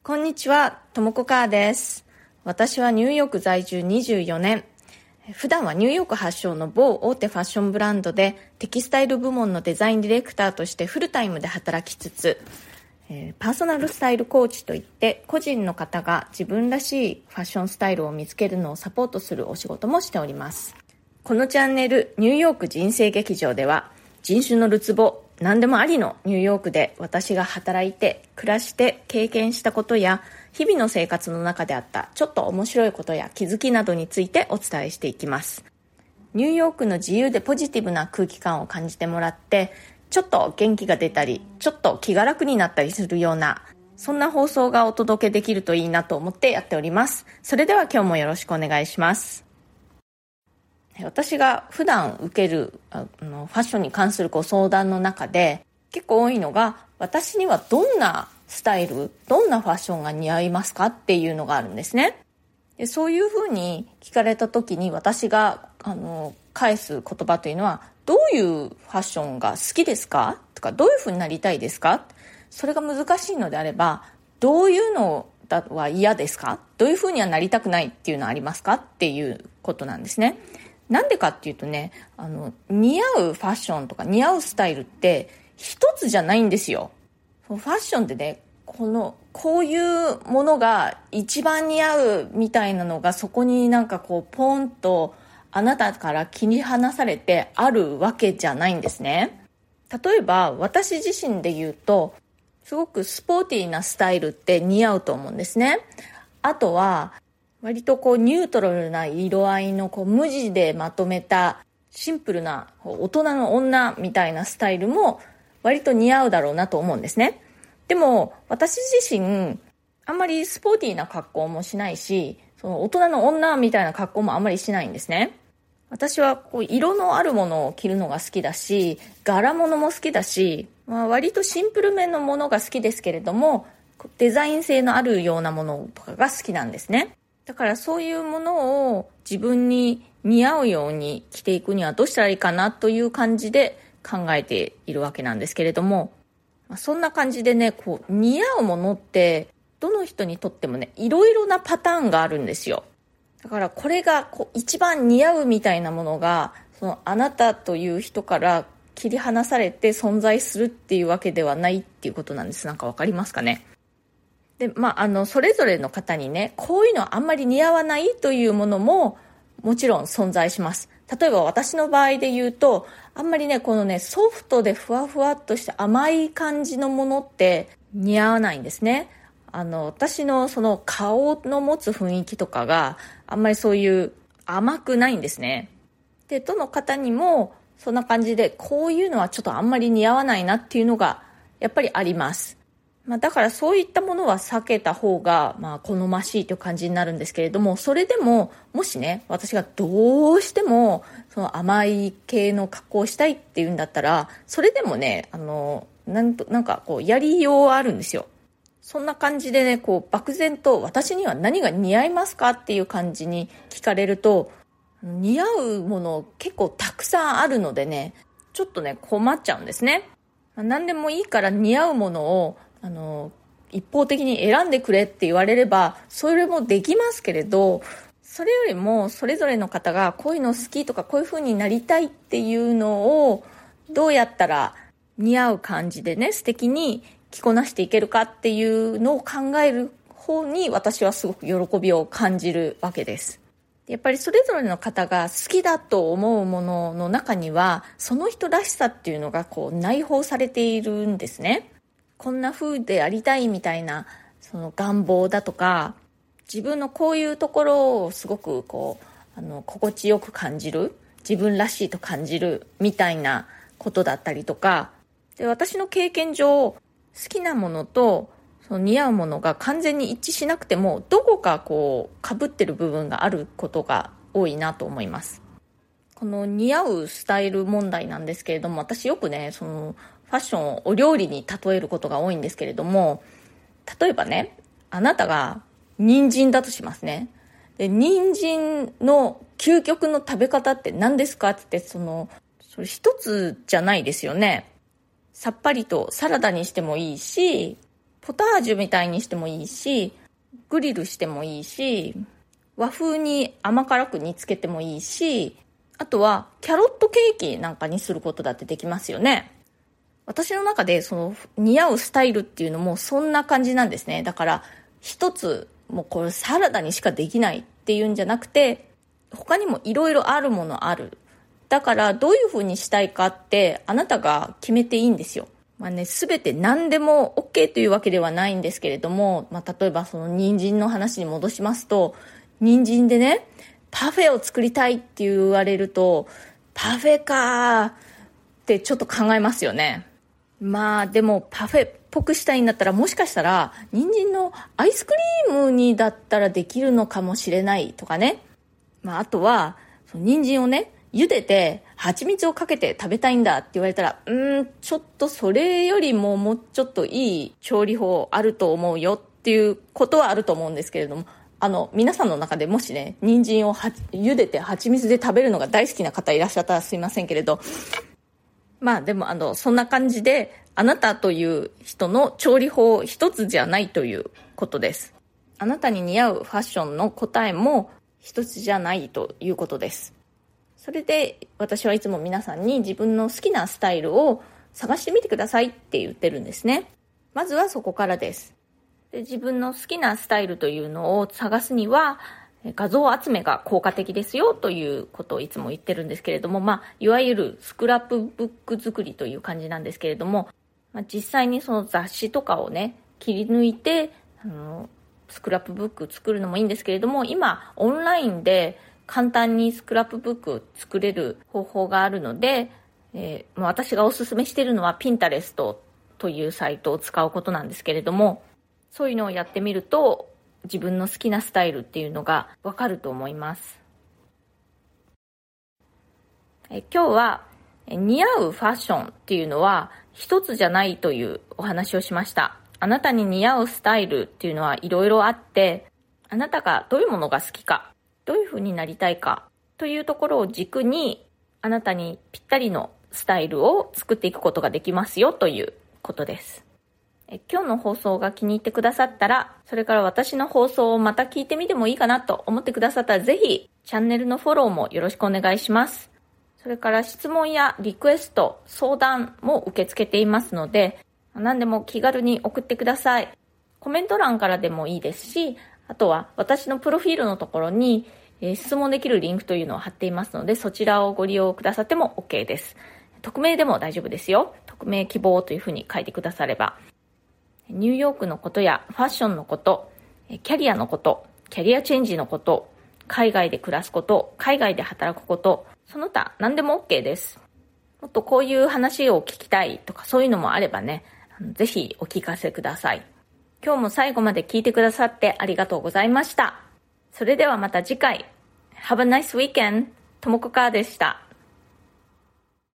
こんにちは、ともこかーです。私はニューヨーク在住24年。普段はニューヨーク発祥の某大手ファッションブランドでテキスタイル部門のデザインディレクターとしてフルタイムで働きつつ、パーソナルスタイルコーチといって個人の方が自分らしいファッションスタイルを見つけるのをサポートするお仕事もしております。このチャンネルニューヨーク人生劇場では人種のるつぼ何でもありのニューヨークで私が働いて暮らして経験したことや日々の生活の中であったちょっと面白いことや気づきなどについてお伝えしていきます。ニューヨークの自由でポジティブな空気感を感じてもらってちょっと元気が出たりちょっと気が楽になったりするようなそんな放送がお届けできるといいなと思ってやっております。それでは今日もよろしくお願いします。私が普段受けるファッションに関する相談の中で結構多いのが私にはどんなスタイル、どんなファッションが似合いますかっていうのがあるんですね。でそういうふうに聞かれた時に私が返す言葉というのはどういうファッションが好きですかとかどういうふうになりたいですか、それが難しいのであればどういうのは嫌ですか、どういうふうにはなりたくないっていうのはありますかっていうことなんですね。なんでかっていうとね、似合うファッションとか似合うスタイルって一つじゃないんですよ。ファッションってね、こういうものが一番似合うみたいなのがそこにポンとあなたから切り離されてあるわけじゃないんですね。例えば私自身で言うとすごくスポーティーなスタイルって似合うと思うんですね。あとは割とニュートラルな色合いの無地でまとめたシンプルな大人の女みたいなスタイルも割と似合うだろうなと思うんですね。でも私自身あんまりスポーティーな格好もしないし、その大人の女みたいな格好もあんまりしないんですね。私は色のあるものを着るのが好きだし、柄物も好きだし、割とシンプルめのものが好きですけれどもデザイン性のあるようなものとかが好きなんですね。だからそういうものを自分に似合うように着ていくにはどうしたらいいかなという感じで考えているわけなんですけれども、そんな感じでね、似合うものってどの人にとってもね、いろいろなパターンがあるんですよ。だからこれが一番似合うみたいなものがそのあなたという人から切り離されて存在するっていうわけではないっていうことなんです。わかりますかね。で、それぞれの方にね、こういうのはあんまり似合わないというものももちろん存在します。例えば私の場合で言うと、あんまりね、ソフトでふわふわっとした甘い感じのものって似合わないんですね。私のその顔の持つ雰囲気とかがあんまりそういう甘くないんですね。で、どの方にもそんな感じで、こういうのはちょっとあんまり似合わないなっていうのがやっぱりあります。だからそういったものは避けた方が好ましいという感じになるんですけれども、それでももしね、私がどうしてもその甘い系の格好をしたいっていうんだったら、それでもね、やりようはあるんですよ。そんな感じでね、漠然と私には何が似合いますかっていう感じに聞かれると、似合うもの結構たくさんあるのでね、ちょっとね困っちゃうんですね。何でもいいから似合うものを一方的に選んでくれって言われればそれもできますけれど、それよりもそれぞれの方がこういうの好きとかこういう風になりたいっていうのをどうやったら似合う感じでね、素敵に着こなしていけるかっていうのを考える方に私はすごく喜びを感じるわけです。やっぱりそれぞれの方が好きだと思うものの中にはその人らしさっていうのが内包されているんですね。こんな風でありたいみたいなその願望だとか、自分のこういうところをすごく心地よく感じる、自分らしいと感じるみたいなことだったりとかで、私の経験上好きなものとその似合うものが完全に一致しなくてもどこか被ってる部分があることが多いなと思います。この似合うスタイル問題なんですけれども、私よくね、そのファッションをお料理に例えることが多いんですけれども、例えばね、あなたが人参だとしますね。で、人参の究極の食べ方って何ですかって言って、それ一つじゃないですよね。さっぱりとサラダにしてもいいし、 ポタージュみたいにしてもいいし、グリルしてもいいし、和風に甘辛く煮つけてもいいし、あとはキャロットケーキなんかにすることだってできますよね。私の中でその似合うスタイルっていうのもそんな感じなんですね。だから一つもうこれサラダにしかできないっていうんじゃなくて、他にもいろいろあるものある。だからどういう風にしたいかってあなたが決めていいんですよ。すべて何でも OK というわけではないんですけれども、例えばその人参の話に戻しますと、人参でね、パフェを作りたいって言われると、パフェかーってちょっと考えますよね。でもパフェっぽくしたいんだったら、もしかしたら人参のアイスクリームにだったらできるのかもしれないとかね。あとはその人参をね、茹でて蜂蜜をかけて食べたいんだって言われたら、ちょっとそれよりももうちょっといい調理法あると思うよっていうことはあると思うんですけれども、皆さんの中でもしね、人参を茹でて蜂蜜で食べるのが大好きな方いらっしゃったらすいませんけれど、でもそんな感じで、あなたという人の調理法一つじゃないということです。あなたに似合うファッションの答えも一つじゃないということです。それで私はいつも皆さんに自分の好きなスタイルを探してみてくださいって言ってるんですね。まずはそこからです。で、自分の好きなスタイルというのを探すには、画像集めが効果的ですよということをいつも言ってるんですけれども、いわゆるスクラップブック作りという感じなんですけれども、実際にその雑誌とかをね、切り抜いてスクラップブック作るのもいいんですけれども、今オンラインで簡単にスクラップブック作れる方法があるので、私がおすすめしているのは Pinterest というサイトを使うことなんですけれども、そういうのをやってみると自分の好きなスタイルっていうのがわかると思います。今日は似合うファッションっていうのは一つじゃないというお話をしました。あなたに似合うスタイルっていうのはいろいろあって、あなたがどういうものが好きか、どういう風になりたいかというところを軸に、あなたにぴったりのスタイルを作っていくことができますよということです。今日の放送が気に入ってくださったら、それから私の放送をまた聞いてみてもいいかなと思ってくださったら、ぜひチャンネルのフォローもよろしくお願いします。それから質問やリクエスト、相談も受け付けていますので、何でも気軽に送ってください。コメント欄からでもいいですし、あとは私のプロフィールのところに質問できるリンクというのを貼っていますので、そちらをご利用くださっても OK です。匿名でも大丈夫ですよ。匿名希望というふうに書いてくだされば。ニューヨークのことやファッションのこと、キャリアのこと、キャリアチェンジのこと、海外で暮らすこと、海外で働くこと、その他何でも OK です。もっとこういう話を聞きたいとかそういうのもあればね、ぜひお聞かせください。今日も最後まで聞いてくださってありがとうございました。それではまた次回。Have a nice weekend. ともこかーでした。